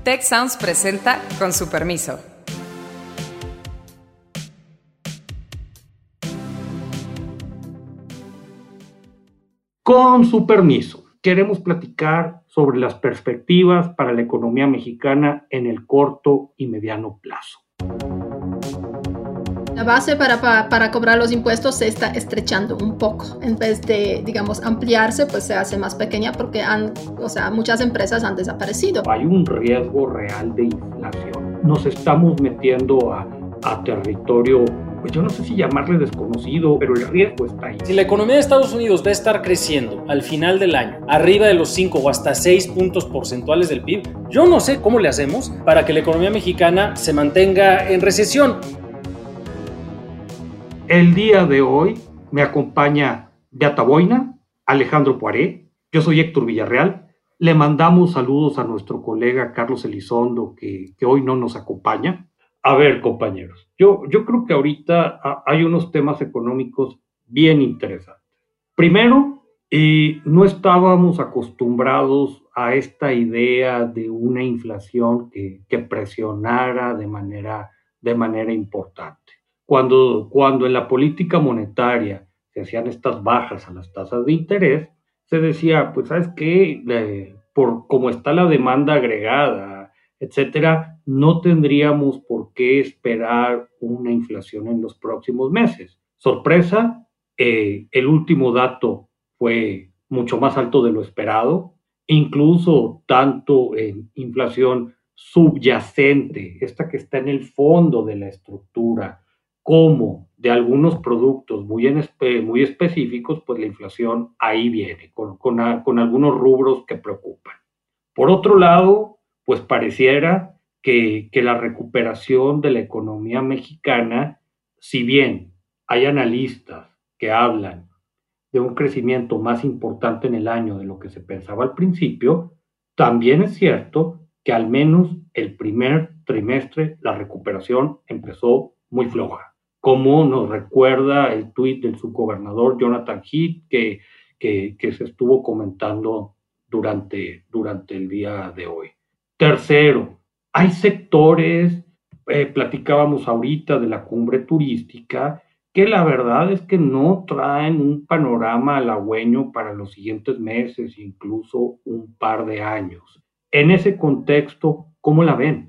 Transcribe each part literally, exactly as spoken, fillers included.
Tech Sounds presenta Con su permiso. Con su permiso, queremos platicar sobre las perspectivas para la economía mexicana en el corto y mediano plazo. La base para, para, para cobrar los impuestos se está estrechando un poco. En vez de, digamos, ampliarse, pues se hace más pequeña porque han, o sea, muchas empresas han desaparecido. Hay un riesgo real de inflación. Nos estamos metiendo a, a territorio, pues yo no sé si llamarle desconocido, pero el riesgo está ahí. Si la economía de Estados Unidos va a estar creciendo al final del año, arriba de los cinco o hasta seis puntos porcentuales del P I B, yo no sé cómo le hacemos para que la economía mexicana se mantenga en recesión. El día de hoy me acompaña Beata Boina, Alejandro Poiré, yo soy Héctor Villarreal. Le mandamos saludos a nuestro colega Carlos Elizondo, que, que hoy no nos acompaña. A ver, compañeros, yo, yo creo que ahorita hay unos temas económicos bien interesantes. Primero, eh, no estábamos acostumbrados a esta idea de una inflación que, que presionara de manera, de manera importante. Cuando, cuando en la política monetaria se hacían estas bajas a las tasas de interés, se decía, pues, ¿sabes qué? Eh, por cómo está la demanda agregada, etcétera, no tendríamos por qué esperar una inflación en los próximos meses. Sorpresa, eh, el último dato fue mucho más alto de lo esperado, incluso tanto en inflación subyacente, esta que está en el fondo de la estructura, como de algunos productos muy, en espe- muy específicos, pues la inflación ahí viene, con, con, a, con algunos rubros que preocupan. Por otro lado, pues pareciera que, que la recuperación de la economía mexicana, si bien hay analistas que hablan de un crecimiento más importante en el año de lo que se pensaba al principio, también es cierto que al menos el primer trimestre la recuperación empezó muy floja, como nos recuerda el tuit del subgobernador Jonathan Heath que, que, que se estuvo comentando durante, durante el día de hoy. Tercero, hay sectores, eh, platicábamos ahorita de la cumbre turística, que la verdad es que no traen un panorama halagüeño para los siguientes meses, incluso un par de años. En ese contexto, ¿cómo la ven?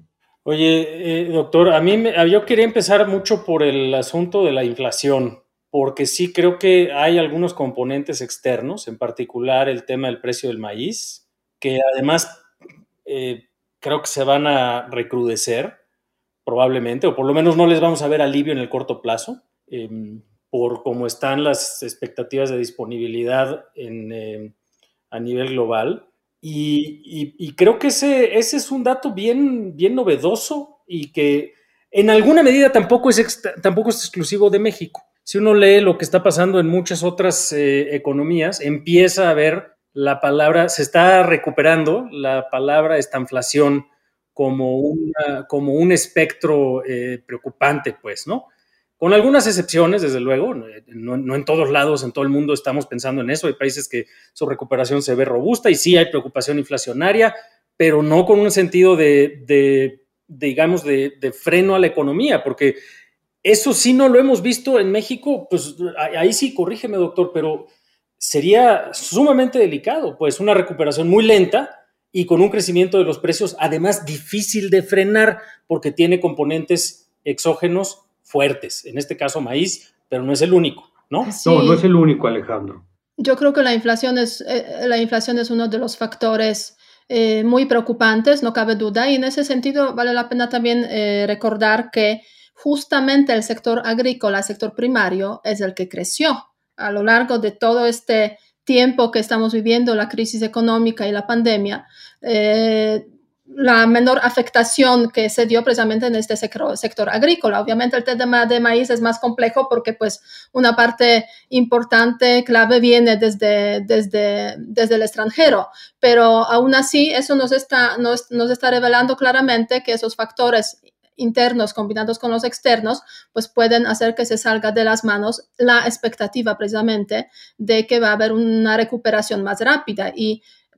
Oye, eh, doctor, a mí me, yo quería empezar mucho por el asunto de la inflación, porque sí creo que hay algunos componentes externos, en particular el tema del precio del maíz, que además eh, creo que se van a recrudecer probablemente, o por lo menos no les vamos a ver alivio en el corto plazo, eh, por cómo están las expectativas de disponibilidad en, eh, a nivel global. Y, y, y creo que ese, ese es un dato bien, bien novedoso y que en alguna medida tampoco es, ex, tampoco es exclusivo de México. Si uno lee lo que está pasando en muchas otras eh, economías, empieza a ver la palabra, se está recuperando la palabra estanflación como, una, como un espectro eh, preocupante, pues, ¿no? Con algunas excepciones, desde luego, no, no en todos lados, en todo el mundo estamos pensando en eso. Hay países que su recuperación se ve robusta y sí hay preocupación inflacionaria, pero no con un sentido de, de, de digamos, de, de freno a la economía, porque eso sí no lo hemos visto en México. Pues ahí sí, corrígeme, doctor, pero sería sumamente delicado, pues una recuperación muy lenta y con un crecimiento de los precios, además difícil de frenar, porque tiene componentes exógenos fuertes, en este caso maíz, pero no es el único, ¿no? Sí. No, no es el único, Alejandro. Yo creo que la inflación es, eh, la inflación es uno de los factores eh, muy preocupantes, no cabe duda, y en ese sentido vale la pena también eh, recordar que justamente el sector agrícola, el sector primario, es el que creció a lo largo de todo este tiempo que estamos viviendo, la crisis económica y la pandemia. Eh, la menor afectación que se dio precisamente en este sector, sector agrícola. Obviamente el tema de maíz es más complejo porque pues una parte importante, clave, viene desde, desde, desde el extranjero, pero aún así eso nos está, nos, nos está revelando claramente que esos factores internos combinados con los externos, pues pueden hacer que se salga de las manos la expectativa precisamente de que va a haber una recuperación más rápida. Y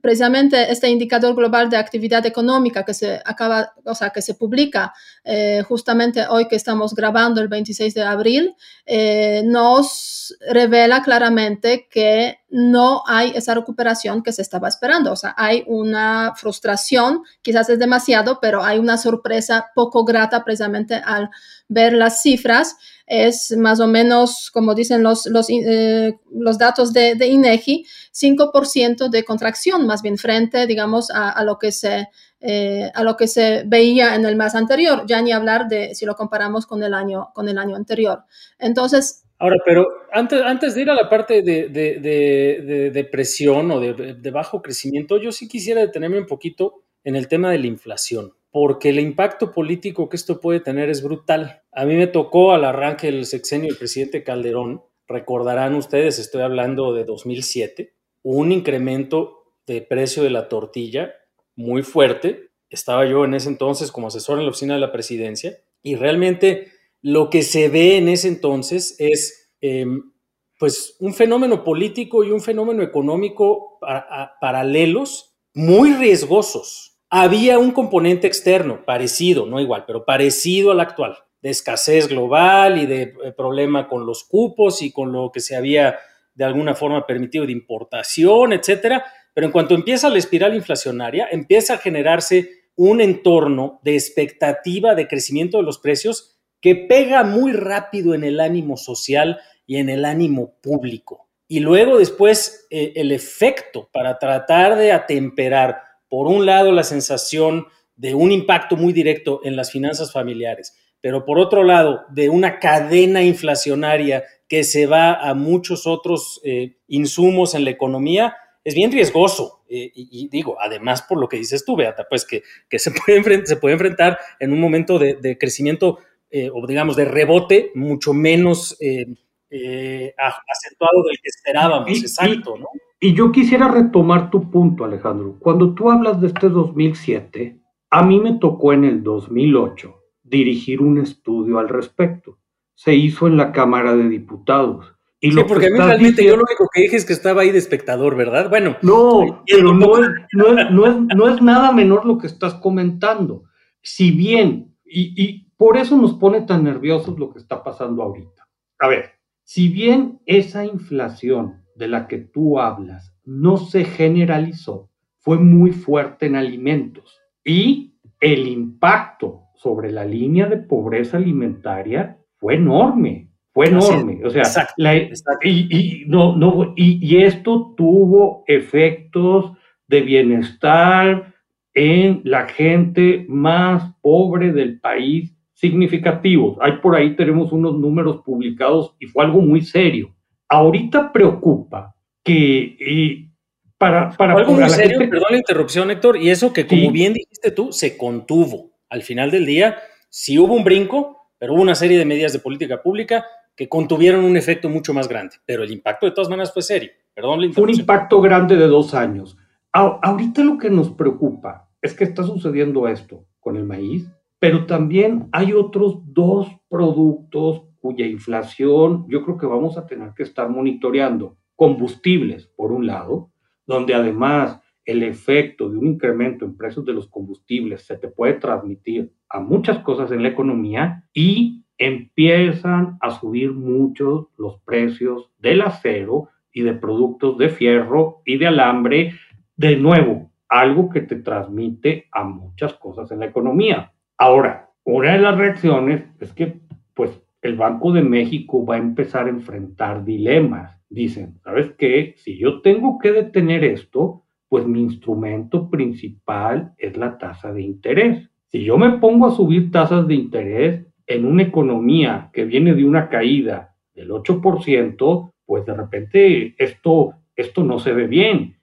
precisamente este indicador global de actividad económica que se acaba, o sea, que se publica eh, justamente hoy que estamos grabando el veintiséis de abril, eh, nos revela claramente que no hay esa recuperación que se estaba esperando. O sea, hay una frustración, quizás es demasiado, pero hay una sorpresa poco grata precisamente al ver las cifras. Es más o menos, como dicen los, los, eh, los datos de, de INEGI, cinco por ciento de contracción, más bien frente, digamos, a, a, lo que se, eh, a lo que se veía en el mes anterior, ya ni hablar de si lo comparamos con el año, con el año anterior. Entonces... Ahora, pero antes, antes de ir a la parte de, de, de, de depresión o de, de bajo crecimiento, yo sí quisiera detenerme un poquito en el tema de la inflación, porque el impacto político que esto puede tener es brutal. A mí me tocó al arranque del sexenio del presidente Calderón, recordarán ustedes, estoy hablando de dos mil siete, un incremento de precio de la tortilla muy fuerte. Estaba yo en ese entonces como asesor en la oficina de la presidencia y realmente lo que se ve en ese entonces es eh, pues un fenómeno político y un fenómeno económico para, a, paralelos muy riesgosos. Había un componente externo, parecido, no igual, pero parecido al actual, de escasez global y de eh, problema con los cupos y con lo que se había de alguna forma permitido de importación, etcétera. Pero en cuanto empieza la espiral inflacionaria, empieza a generarse un entorno de expectativa de crecimiento de los precios que pega muy rápido en el ánimo social y en el ánimo público. Y luego después eh, el efecto para tratar de atemperar, por un lado, la sensación de un impacto muy directo en las finanzas familiares, pero por otro lado, de una cadena inflacionaria que se va a muchos otros eh, insumos en la economía, es bien riesgoso. Eh, y, y digo, además por lo que dices tú, Beata, pues que, que se, puede enfrentar, se puede enfrentar en un momento de, de crecimiento eh, o digamos de rebote mucho menos eh, eh, acentuado del que esperábamos, y, exacto, y, ¿no? Y yo quisiera retomar tu punto, Alejandro. Cuando tú hablas de este dos mil siete, a mí me tocó en el dos mil ocho dirigir un estudio al respecto. Se hizo en la Cámara de Diputados. Y sí, lo porque a mí realmente diciendo... yo lo único que dije es que estaba ahí de espectador, ¿verdad? Bueno. No, pero no es, no, es, no, es, no es nada menor lo que estás comentando. Si bien, y, y por eso nos pone tan nerviosos lo que está pasando ahorita. A ver, si bien esa inflación de la que tú hablas no se generalizó, fue muy fuerte en alimentos y el impacto sobre la línea de pobreza alimentaria fue enorme, fue enorme. O sea, exacto, la, exacto. Y, y, no, no, y, y esto tuvo efectos de bienestar en la gente más pobre del país significativos. Hay por ahí tenemos unos números publicados y fue algo muy serio. Ahorita preocupa que eh, para, para algo muy serio, gente... perdón la interrupción, Héctor, y eso que como sí. bien dijiste tú, se contuvo. Al final del día, sí hubo un brinco, pero hubo una serie de medidas de política pública que contuvieron un efecto mucho más grande, pero el impacto de todas maneras fue serio. Perdón la interrupción. Fue un impacto grande de dos años. A- ahorita lo que nos preocupa es que está sucediendo esto con el maíz, pero también hay otros dos productos cuya inflación yo creo que vamos a tener que estar monitoreando. Combustibles, por un lado, donde además el efecto de un incremento en precios de los combustibles se te puede transmitir a muchas cosas en la economía, y empiezan a subir mucho los precios del acero y de productos de fierro y de alambre, de nuevo, algo que te transmite a muchas cosas en la economía. Ahora, una de las reacciones es que pues el Banco de México va a empezar a enfrentar dilemas. Dicen, ¿sabes qué? Si yo tengo que detener esto, pues mi instrumento principal es la tasa de interés. Si yo me pongo a subir tasas de interés en una economía que viene de una caída del ocho por ciento, pues de repente esto, esto no se ve bien.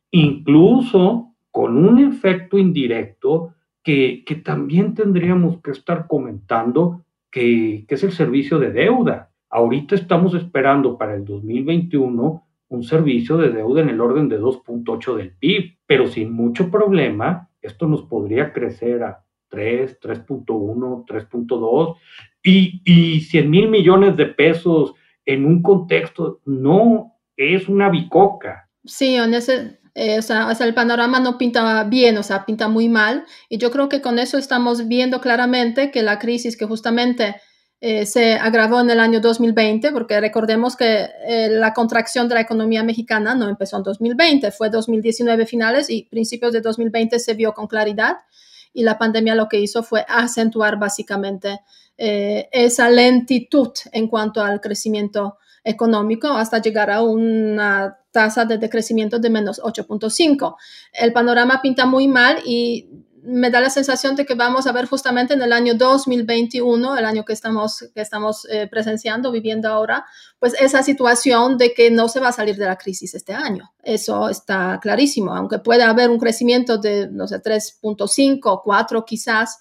Incluso con un efecto indirecto que, que también tendríamos que estar comentando, que, que es el servicio de deuda. Ahorita estamos esperando para el dos mil veintiuno un servicio de deuda en el orden de dos punto ocho del P I B, pero sin mucho problema, esto nos podría crecer a tres, tres punto uno, tres punto dos, y, y cien mil millones de pesos en un contexto no es una bicoca. Sí, en ese, Eh, o sea, o sea, el panorama no pinta bien, o sea, pinta muy mal. Y yo creo que con eso estamos viendo claramente que la crisis que justamente eh, se agravó en el año dos mil veinte, porque recordemos que eh, la contracción de la economía mexicana no empezó en dos mil veinte, fue dos mil diecinueve finales y principios de dos mil veinte se vio con claridad. Y la pandemia lo que hizo fue acentuar básicamente eh, esa lentitud en cuanto al crecimiento económico hasta llegar a una tasa de decrecimiento de menos ocho punto cinco. El panorama pinta muy mal y me da la sensación de que vamos a ver justamente en el año dos mil veintiuno, el año que estamos, que estamos eh, presenciando, viviendo ahora, pues esa situación de que no se va a salir de la crisis este año. Eso está clarísimo, aunque pueda haber un crecimiento de, no sé, tres punto cinco, cuatro quizás.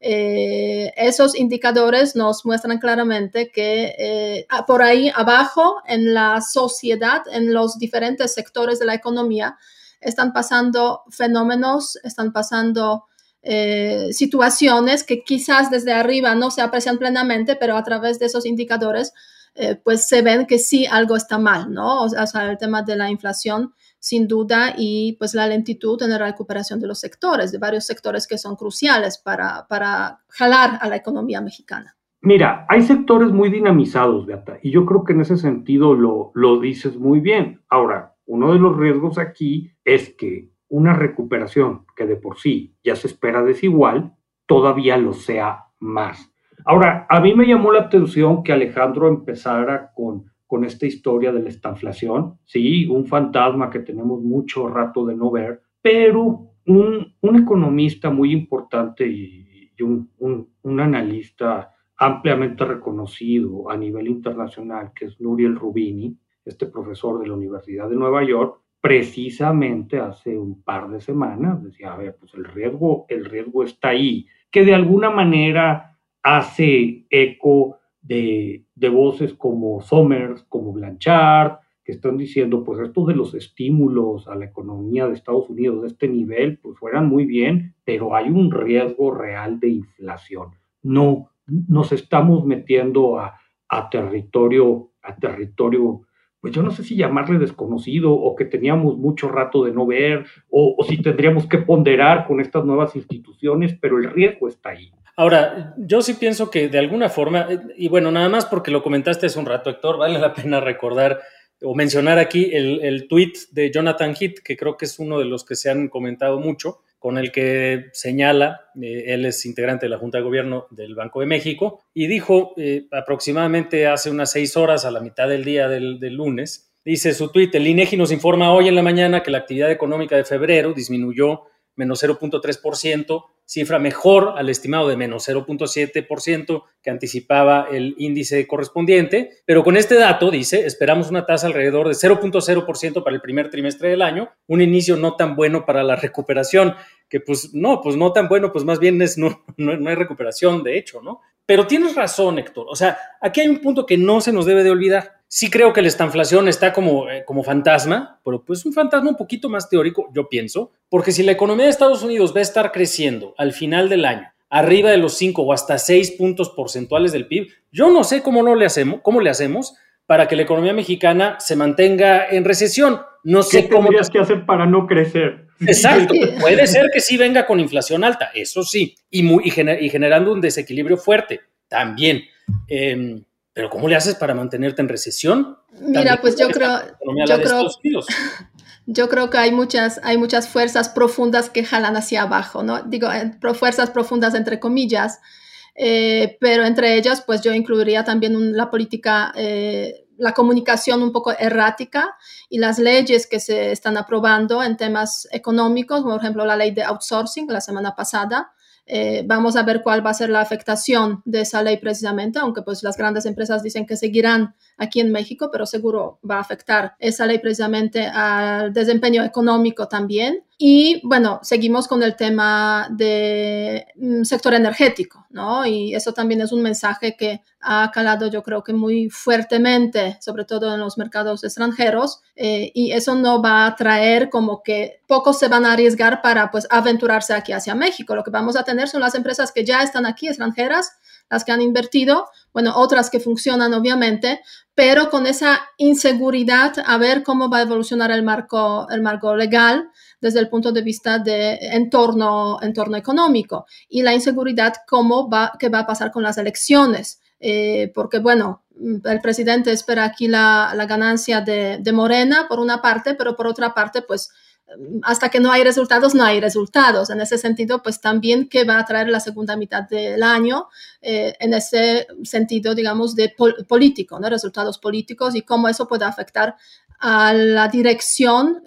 Eh, esos indicadores nos muestran claramente que eh, por ahí abajo en la sociedad, en los diferentes sectores de la economía, están pasando fenómenos, están pasando eh, situaciones que quizás desde arriba no se aprecian plenamente, pero a través de esos indicadores eh, pues se ven que sí algo está mal, ¿no? O sea, el tema de la inflación sin duda, y pues la lentitud en la recuperación de los sectores, de varios sectores que son cruciales para, para jalar a la economía mexicana. Mira, hay sectores muy dinamizados, Beata, y yo creo que en ese sentido lo, lo dices muy bien. Ahora, uno de los riesgos aquí es que una recuperación que de por sí ya se espera desigual, todavía lo sea más. Ahora, a mí me llamó la atención que Alejandro empezara con con esta historia de la estanflación, sí, un fantasma que tenemos mucho rato de no ver, pero un, un economista muy importante y, y un, un, un analista ampliamente reconocido a nivel internacional, que es Nouriel Roubini, este profesor de la Universidad de Nueva York, precisamente hace un par de semanas decía, a ver, pues el riesgo, el riesgo está ahí, que de alguna manera hace eco De, de voces como Somers, como Blanchard, que están diciendo, pues estos de los estímulos a la economía de Estados Unidos de este nivel, pues fueran muy bien, pero hay un riesgo real de inflación. No, nos estamos metiendo a, a territorio, a territorio, pues yo no sé si llamarle desconocido o que teníamos mucho rato de no ver, o, o si tendríamos que ponderar con estas nuevas instituciones, pero el riesgo está ahí. Ahora, yo sí pienso que de alguna forma, y bueno, nada más porque lo comentaste hace un rato, Héctor, vale la pena recordar o mencionar aquí el, el tweet de Jonathan Heath, que creo que es uno de los que se han comentado mucho, con el que señala, eh, él es integrante de la Junta de Gobierno del Banco de México, y dijo eh, aproximadamente hace unas seis horas, a la mitad del día del, del lunes, dice su tweet, el INEGI nos informa hoy en la mañana que la actividad económica de febrero disminuyó menos cero punto tres por ciento, cifra mejor al estimado de menos cero punto siete por ciento que anticipaba el índice correspondiente, pero con este dato, dice, esperamos una tasa alrededor de cero punto cero por ciento para el primer trimestre del año, un inicio no tan bueno para la recuperación, que pues no, pues no tan bueno, pues más bien es, no, no, no hay recuperación de hecho, ¿no? Pero tienes razón, Héctor, o sea, aquí hay un punto que no se nos debe de olvidar. Sí creo que la estanflación está como, eh, como fantasma, pero pues un fantasma un poquito más teórico, yo pienso, porque si la economía de Estados Unidos va a estar creciendo al final del año, arriba de los cinco o hasta seis puntos porcentuales del P I B, yo no sé cómo, no le, hacemos, cómo le hacemos para que la economía mexicana se mantenga en recesión. No sé ¿Qué cómo tendrías que hacer para no crecer? Exacto, puede ser que sí venga con inflación alta, eso sí, y, muy, y, gener, y generando un desequilibrio fuerte, también. Eh, pero ¿cómo le haces para mantenerte en recesión? Mira, pues yo creo, yo creo, yo creo que hay muchas, hay muchas fuerzas profundas que jalan hacia abajo, ¿no? Digo, fuerzas profundas entre comillas, eh, pero entre ellas, pues yo incluiría también un, la política, eh, la comunicación un poco errática y las leyes que se están aprobando en temas económicos, por ejemplo, la ley de outsourcing la semana pasada. Eh, vamos a ver cuál va a ser la afectación de esa ley precisamente, aunque pues las grandes empresas dicen que seguirán aquí en México, pero seguro va a afectar esa ley precisamente al desempeño económico también. Y bueno, seguimos con el tema del mm, sector energético, ¿no? Y eso también es un mensaje que ha calado yo creo que muy fuertemente, sobre todo en los mercados extranjeros, eh, y eso no va a traer como que pocos se van a arriesgar para pues aventurarse aquí hacia México. Lo que vamos a tener son las empresas que ya están aquí, extranjeras, las que han invertido, bueno, otras que funcionan obviamente, pero con esa inseguridad a ver cómo va a evolucionar el marco, el marco legal desde el punto de vista de entorno, entorno económico, y la inseguridad cómo va, qué va a pasar con las elecciones, eh, porque bueno, el presidente espera aquí la, la ganancia de, de Morena por una parte, pero por otra parte pues hasta que no hay resultados, no hay resultados. En ese sentido, pues también qué va a traer la segunda mitad del año, eh, en ese sentido, digamos, de pol- político, ¿no? Resultados políticos y cómo eso puede afectar a la dirección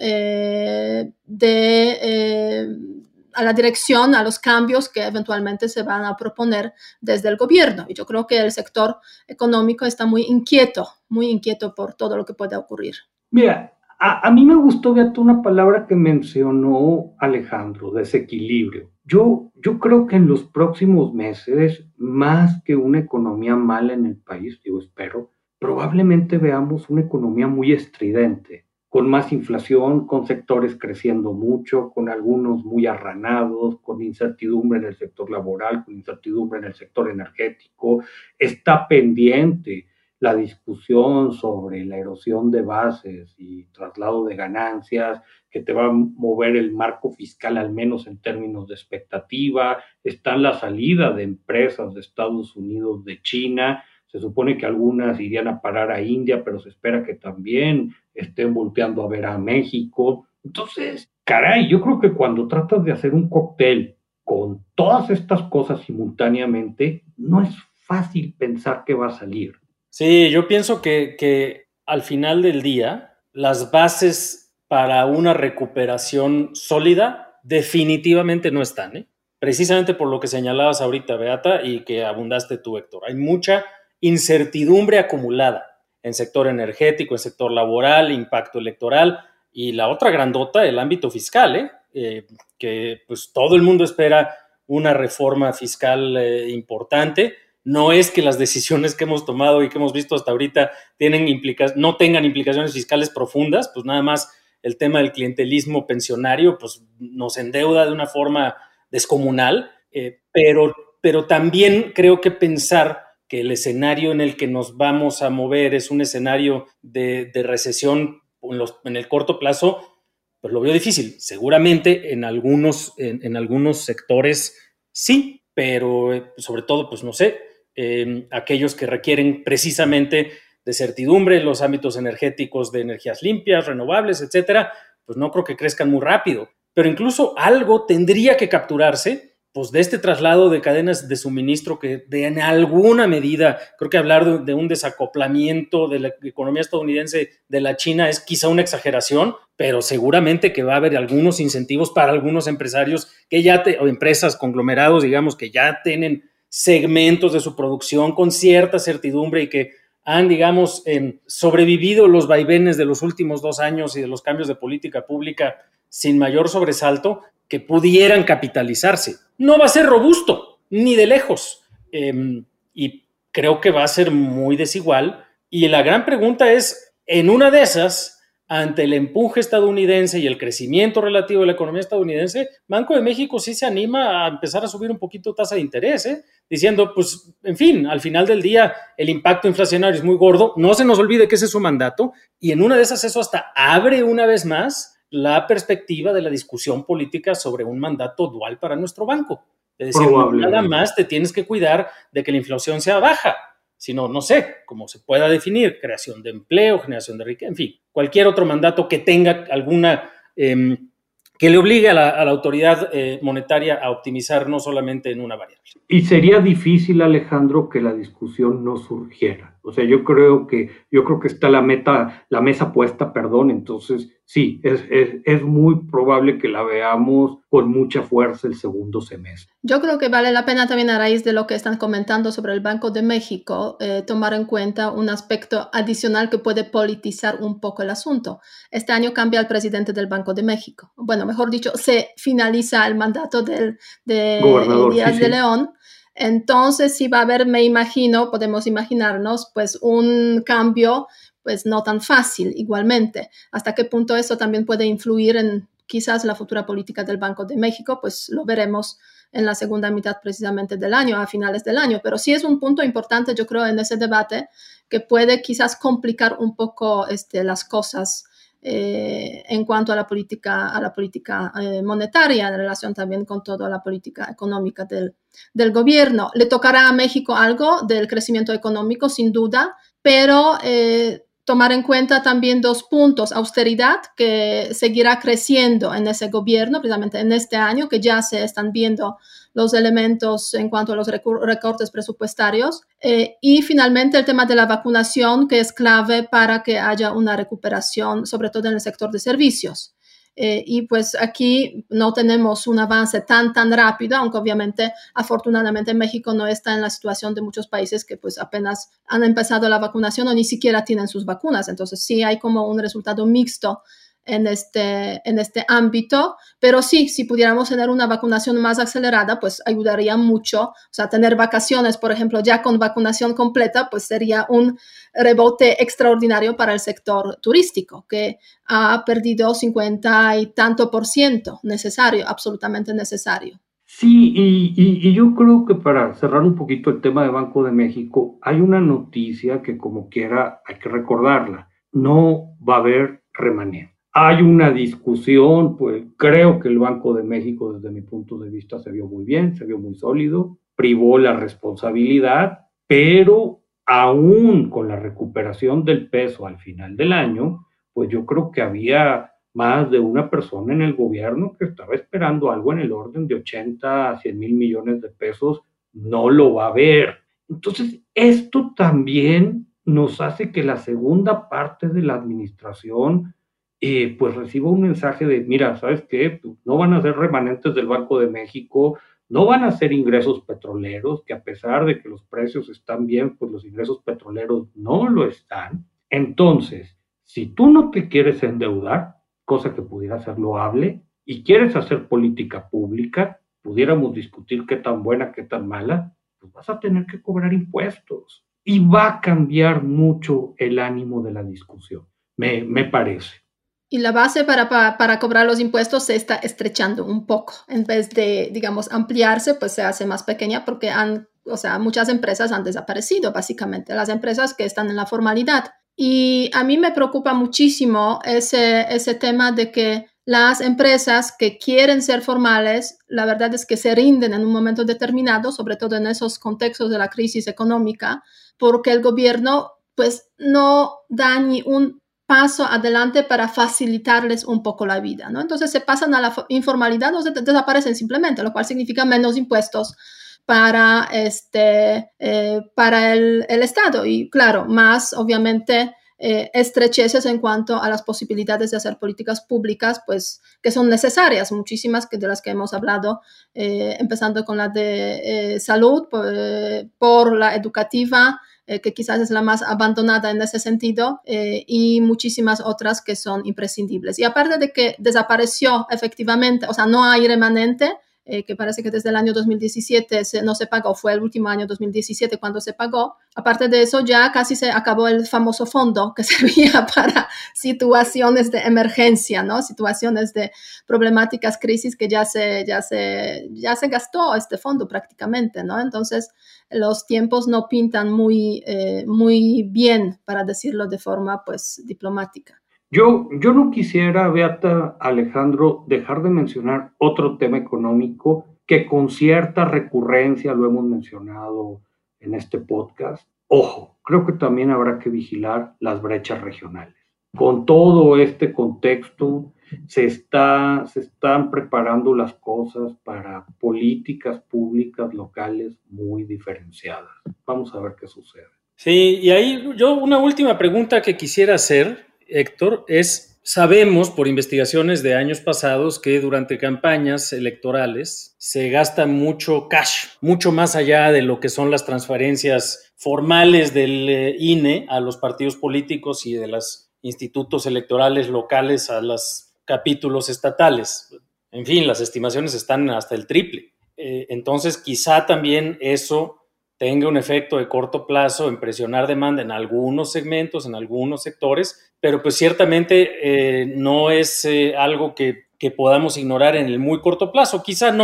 eh, de... Eh, a la dirección, a los cambios que eventualmente se van a proponer desde el gobierno. Y yo creo que el sector económico está muy inquieto, muy inquieto por todo lo que puede ocurrir. Mira, A, a mí me gustó, Beato, una palabra que mencionó Alejandro, desequilibrio. Yo, yo creo que en los próximos meses, más que una economía mala en el país, digo, espero, probablemente veamos una economía muy estridente, con más inflación, con sectores creciendo mucho, con algunos muy arranados, con incertidumbre en el sector laboral, con incertidumbre en el sector energético. Está pendiente la discusión sobre la erosión de bases y traslado de ganancias, que te va a mover el marco fiscal, al menos en términos de expectativa. Está la salida de empresas de Estados Unidos, de China. Se supone que algunas irían a parar a India, pero se espera que también estén volteando a ver a México. Entonces, caray, yo creo que cuando tratas de hacer un cóctel con todas estas cosas simultáneamente, no es fácil pensar que va a salir. Sí, yo pienso que, que al final del día, las bases para una recuperación sólida definitivamente no están, ¿eh? Precisamente por lo que señalabas ahorita, Beata, y que abundaste tú, Héctor. Hay mucha incertidumbre acumulada en sector energético, en sector laboral, impacto electoral, y la otra grandota, el ámbito fiscal, ¿eh? Eh, que pues todo el mundo espera una reforma fiscal eh, importante. No es que las decisiones que hemos tomado y que hemos visto hasta ahorita tienen implica- no tengan implicaciones fiscales profundas, pues nada más el tema del clientelismo pensionario pues nos endeuda de una forma descomunal, eh, pero, pero también creo que pensar que el escenario en el que nos vamos a mover es un escenario de, de recesión en, los, en el corto plazo, pues lo veo difícil. Seguramente en algunos, en, en algunos sectores sí, pero eh, sobre todo, pues no sé, Eh, aquellos que requieren precisamente de certidumbre en los ámbitos energéticos de energías limpias, renovables, etcétera, pues no creo que crezcan muy rápido. Pero incluso algo tendría que capturarse pues de este traslado de cadenas de suministro que de en alguna medida, creo que hablar de, de un desacoplamiento de la economía estadounidense de la China es quizá una exageración, pero seguramente que va a haber algunos incentivos para algunos empresarios que ya, te, o empresas, conglomerados, digamos, que ya tienen segmentos de su producción con cierta certidumbre y que han, digamos, eh, sobrevivido los vaivenes de los últimos dos años y de los cambios de política pública sin mayor sobresalto, que pudieran capitalizarse. No va a ser robusto, ni de lejos, eh, y creo que va a ser muy desigual. Y la gran pregunta es, en una de esas, ante el empuje estadounidense y el crecimiento relativo de la economía estadounidense, Banco de México sí se anima a empezar a subir un poquito tasa de interés, ¿eh? Diciendo, pues, en fin, al final del día el impacto inflacionario es muy gordo, no se nos olvide que ese es su mandato, y en una de esas eso hasta abre una vez más la perspectiva de la discusión política sobre un mandato dual para nuestro banco. Es decir, no nada más te tienes que cuidar de que la inflación sea baja, sino, no sé, cómo se pueda definir, creación de empleo, generación de riqueza, en fin, cualquier otro mandato que tenga alguna, eh, que le obligue a la, a la autoridad eh, monetaria a optimizar no solamente en una variable. Y sería difícil, Alejandro, que la discusión no surgiera. O sea, yo creo que, yo creo que está la meta, la mesa puesta, perdón, entonces sí, es, es, es muy probable que la veamos con mucha fuerza el segundo semestre. Yo creo que vale la pena también, a raíz de lo que están comentando sobre el Banco de México, eh, tomar en cuenta un aspecto adicional que puede politizar un poco el asunto. Este año cambia el presidente del Banco de México. Bueno, mejor dicho, se finaliza el mandato del, de Díaz sí, de sí. León. Entonces sí va a haber, me imagino, podemos imaginarnos, pues un cambio, pues no tan fácil igualmente. ¿Hasta qué punto eso también puede influir en quizás la futura política del Banco de México? Pues lo veremos en la segunda mitad precisamente del año, a finales del año. Pero sí es un punto importante, yo creo, en ese debate que puede quizás complicar un poco este, las cosas eh, en cuanto a la política, a la política eh, monetaria, en relación también con toda la política económica del, del gobierno. Le tocará a México algo del crecimiento económico, sin duda, pero eh, tomar en cuenta también dos puntos: austeridad, que seguirá creciendo en ese gobierno, precisamente en este año, que ya se están viendo los elementos en cuanto a los recortes presupuestarios, eh, y finalmente el tema de la vacunación, que es clave para que haya una recuperación, sobre todo en el sector de servicios. Eh, y pues aquí no tenemos un avance tan, tan rápido, aunque obviamente, afortunadamente, México no está en la situación de muchos países que pues apenas han empezado la vacunación o ni siquiera tienen sus vacunas. Entonces sí hay como un resultado mixto en este, en este ámbito, pero sí, si pudiéramos tener una vacunación más acelerada, pues ayudaría mucho. O sea, tener vacaciones, por ejemplo, ya con vacunación completa, pues sería un rebote extraordinario para el sector turístico, que ha perdido cincuenta y tanto por ciento necesario, absolutamente necesario. Sí, y, y, y yo creo que para cerrar un poquito el tema de Banco de México, hay una noticia que como quiera hay que recordarla: no va a haber remanente. Hay una discusión, pues creo que el Banco de México, desde mi punto de vista, se vio muy bien, se vio muy sólido, privó la responsabilidad, pero aún con la recuperación del peso al final del año, pues yo creo que había más de una persona en el gobierno que estaba esperando algo en el orden de ochenta a cien mil millones de pesos. No lo va a ver. Entonces, esto también nos hace que la segunda parte de la administración Eh, pues recibo un mensaje de, mira, ¿sabes qué? No van a ser remanentes del Banco de México, no van a ser ingresos petroleros, que a pesar de que los precios están bien, pues los ingresos petroleros no lo están. Entonces, si tú no te quieres endeudar, cosa que pudiera ser loable, y quieres hacer política pública, pudiéramos discutir qué tan buena, qué tan mala, pues vas a tener que cobrar impuestos. Y va a cambiar mucho el ánimo de la discusión, me, me parece. Y la base para, para, para cobrar los impuestos se está estrechando un poco. En vez de, digamos, ampliarse, pues se hace más pequeña porque han, o sea, muchas empresas han desaparecido, básicamente, las empresas que están en la formalidad. Y a mí me preocupa muchísimo ese, ese tema de que las empresas que quieren ser formales, la verdad es que se rinden en un momento determinado, sobre todo en esos contextos de la crisis económica, porque el gobierno, pues, no da ni un paso adelante para facilitarles un poco la vida, ¿no? Entonces se pasan a la informalidad o se desaparecen simplemente, lo cual significa menos impuestos para, este, eh, para el, el Estado y, claro, más, obviamente, eh, estrecheces en cuanto a las posibilidades de hacer políticas públicas, pues, que son necesarias, muchísimas que de las que hemos hablado, eh, empezando con la de eh, salud, por, eh, por la educativa, Eh, que quizás es la más abandonada en ese sentido, eh, y muchísimas otras que son imprescindibles. Y aparte de que desapareció efectivamente, o sea, no hay remanente, eh, que parece que desde el año dos mil diecisiete se, no se pagó, fue el último año dos mil diecisiete cuando se pagó. Aparte de eso, ya casi se acabó el famoso fondo que servía para situaciones de emergencia, ¿no? Situaciones de problemáticas, crisis, que ya se, ya se, ya se gastó este fondo prácticamente, ¿no? Entonces, los tiempos no pintan muy, eh, muy bien, para decirlo de forma, pues, diplomática. Yo, yo no quisiera, Beata, Alejandro, dejar de mencionar otro tema económico que con cierta recurrencia lo hemos mencionado en este podcast. Ojo, creo que también habrá que vigilar las brechas regionales. Con todo este contexto, se, está, se están preparando las cosas para políticas públicas locales muy diferenciadas. Vamos a ver qué sucede. Sí, y ahí yo una última pregunta que quisiera hacer, Héctor, es, sabemos por investigaciones de años pasados que durante campañas electorales se gasta mucho cash, mucho más allá de lo que son las transferencias formales del eh, I N E a los partidos políticos y de los institutos electorales locales a los capítulos estatales. En fin, las estimaciones están hasta el triple. Eh, entonces, quizá también eso tenga un efecto de corto plazo en presionar demanda en algunos segmentos, en algunos sectores, pero pues ciertamente eh, no es eh, algo que, que podamos ignorar en el muy corto plazo. Quizá no,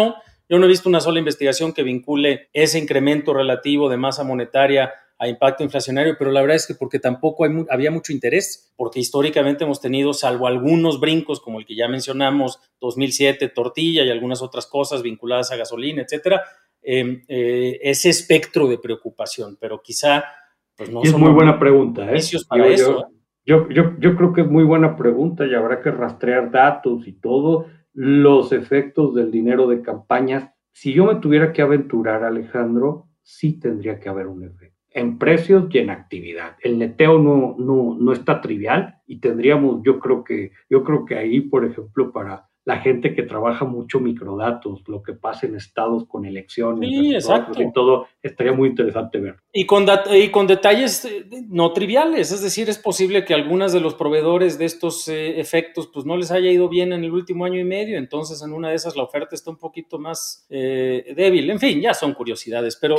Yo no he visto una sola investigación que vincule ese incremento relativo de masa monetaria a impacto inflacionario, pero la verdad es que porque tampoco hay, había mucho interés, porque históricamente hemos tenido, salvo algunos brincos como el que ya mencionamos, dos mil siete, tortilla y algunas otras cosas vinculadas a gasolina, etcétera, eh, eh, ese espectro de preocupación, pero quizá pues no es son muy buena pregunta, ¿eh? para yo, eso. Yo, yo, yo creo que es muy buena pregunta y habrá que rastrear datos y todo, los efectos del dinero de campañas. Si yo me tuviera que aventurar, Alejandro, sí tendría que haber un efecto en precios y en actividad. El neteo no, no, no está trivial y tendríamos, yo creo que, yo creo que ahí, por ejemplo, para la gente que trabaja mucho microdatos, lo que pasa en estados con elecciones, sí, exacto. y todo, estaría muy interesante ver. Y con, y con detalles no triviales, es decir, es posible que algunas de los proveedores de estos eh, efectos pues no les haya ido bien en el último año y medio, entonces en una de esas la oferta está un poquito más eh, débil. En fin, ya son curiosidades, pero...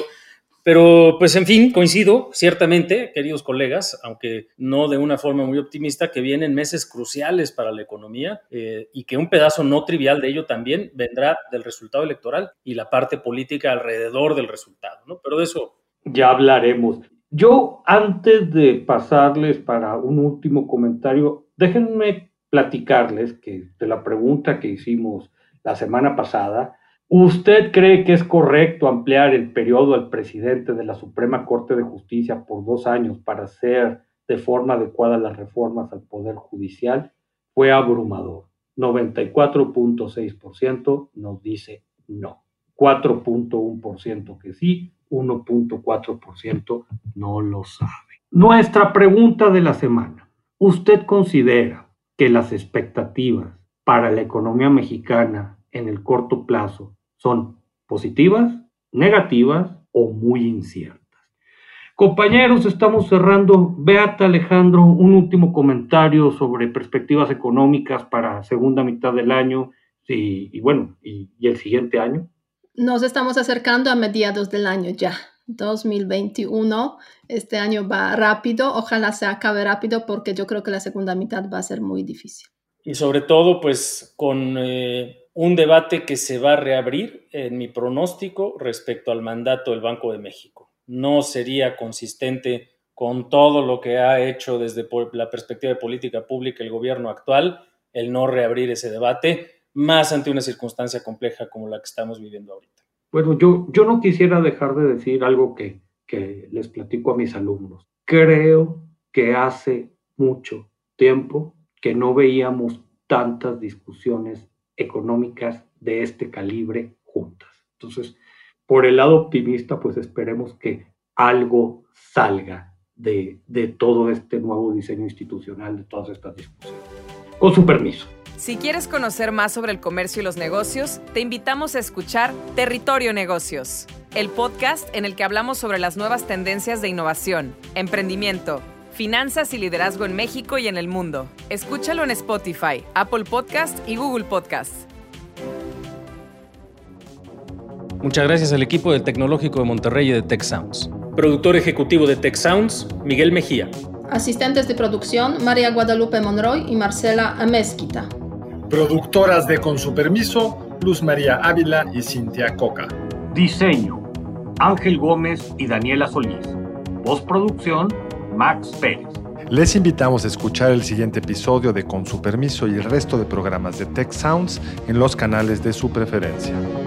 Pero, pues, en fin, coincido, ciertamente, queridos colegas, aunque no de una forma muy optimista, que vienen meses cruciales para la economía eh, y que un pedazo no trivial de ello también vendrá del resultado electoral y la parte política alrededor del resultado, ¿no? Pero de eso... Ya hablaremos. Yo, antes de pasarles para un último comentario, déjenme platicarles que de la pregunta que hicimos la semana pasada, ¿usted cree que es correcto ampliar el periodo al presidente de la Suprema Corte de Justicia por dos años para hacer de forma adecuada las reformas al Poder Judicial? Fue abrumador. noventa y cuatro punto seis por ciento nos dice no. cuatro punto uno por ciento que sí, uno punto cuatro por ciento no lo sabe. Nuestra pregunta de la semana. ¿Usted considera que las expectativas para la economía mexicana en el corto plazo son positivas, negativas o muy inciertas? Compañeros, estamos cerrando. Beata, Alejandro, un último comentario sobre perspectivas económicas para segunda mitad del año y, y bueno, y, y el siguiente año. Nos estamos acercando a mediados del año ya, dos mil veintiuno. Este año va rápido, ojalá se acabe rápido porque yo creo que la segunda mitad va a ser muy difícil. Y sobre todo, pues, con eh, un debate que se va a reabrir en mi pronóstico respecto al mandato del Banco de México. No sería consistente con todo lo que ha hecho desde la perspectiva de política pública el gobierno actual, el no reabrir ese debate, más ante una circunstancia compleja como la que estamos viviendo ahorita. Bueno, yo, yo no quisiera dejar de decir algo que, que les platico a mis alumnos. Creo que hace mucho tiempo que no veíamos tantas discusiones económicas de este calibre juntas. Entonces, por el lado optimista, pues esperemos que algo salga de, de todo este nuevo diseño institucional, de todas estas discusiones. Con su permiso. Si quieres conocer más sobre el comercio y los negocios, te invitamos a escuchar Territorio Negocios, el podcast en el que hablamos sobre las nuevas tendencias de innovación, emprendimiento, finanzas y liderazgo en México y en el mundo. Escúchalo en Spotify, Apple Podcast y Google Podcast. Muchas gracias al equipo del Tecnológico de Monterrey y de Tech Sounds. Productor ejecutivo de Tech Sounds, Miguel Mejía. Asistentes de producción, María Guadalupe Monroy y Marcela Amezquita. Productoras de Con su Permiso, Luz María Ávila y Cintia Coca. Diseño, Ángel Gómez y Daniela Solís. Postproducción, Max Pérez. Les invitamos a escuchar el siguiente episodio de Con su Permiso y el resto de programas de Tech Sounds en los canales de su preferencia.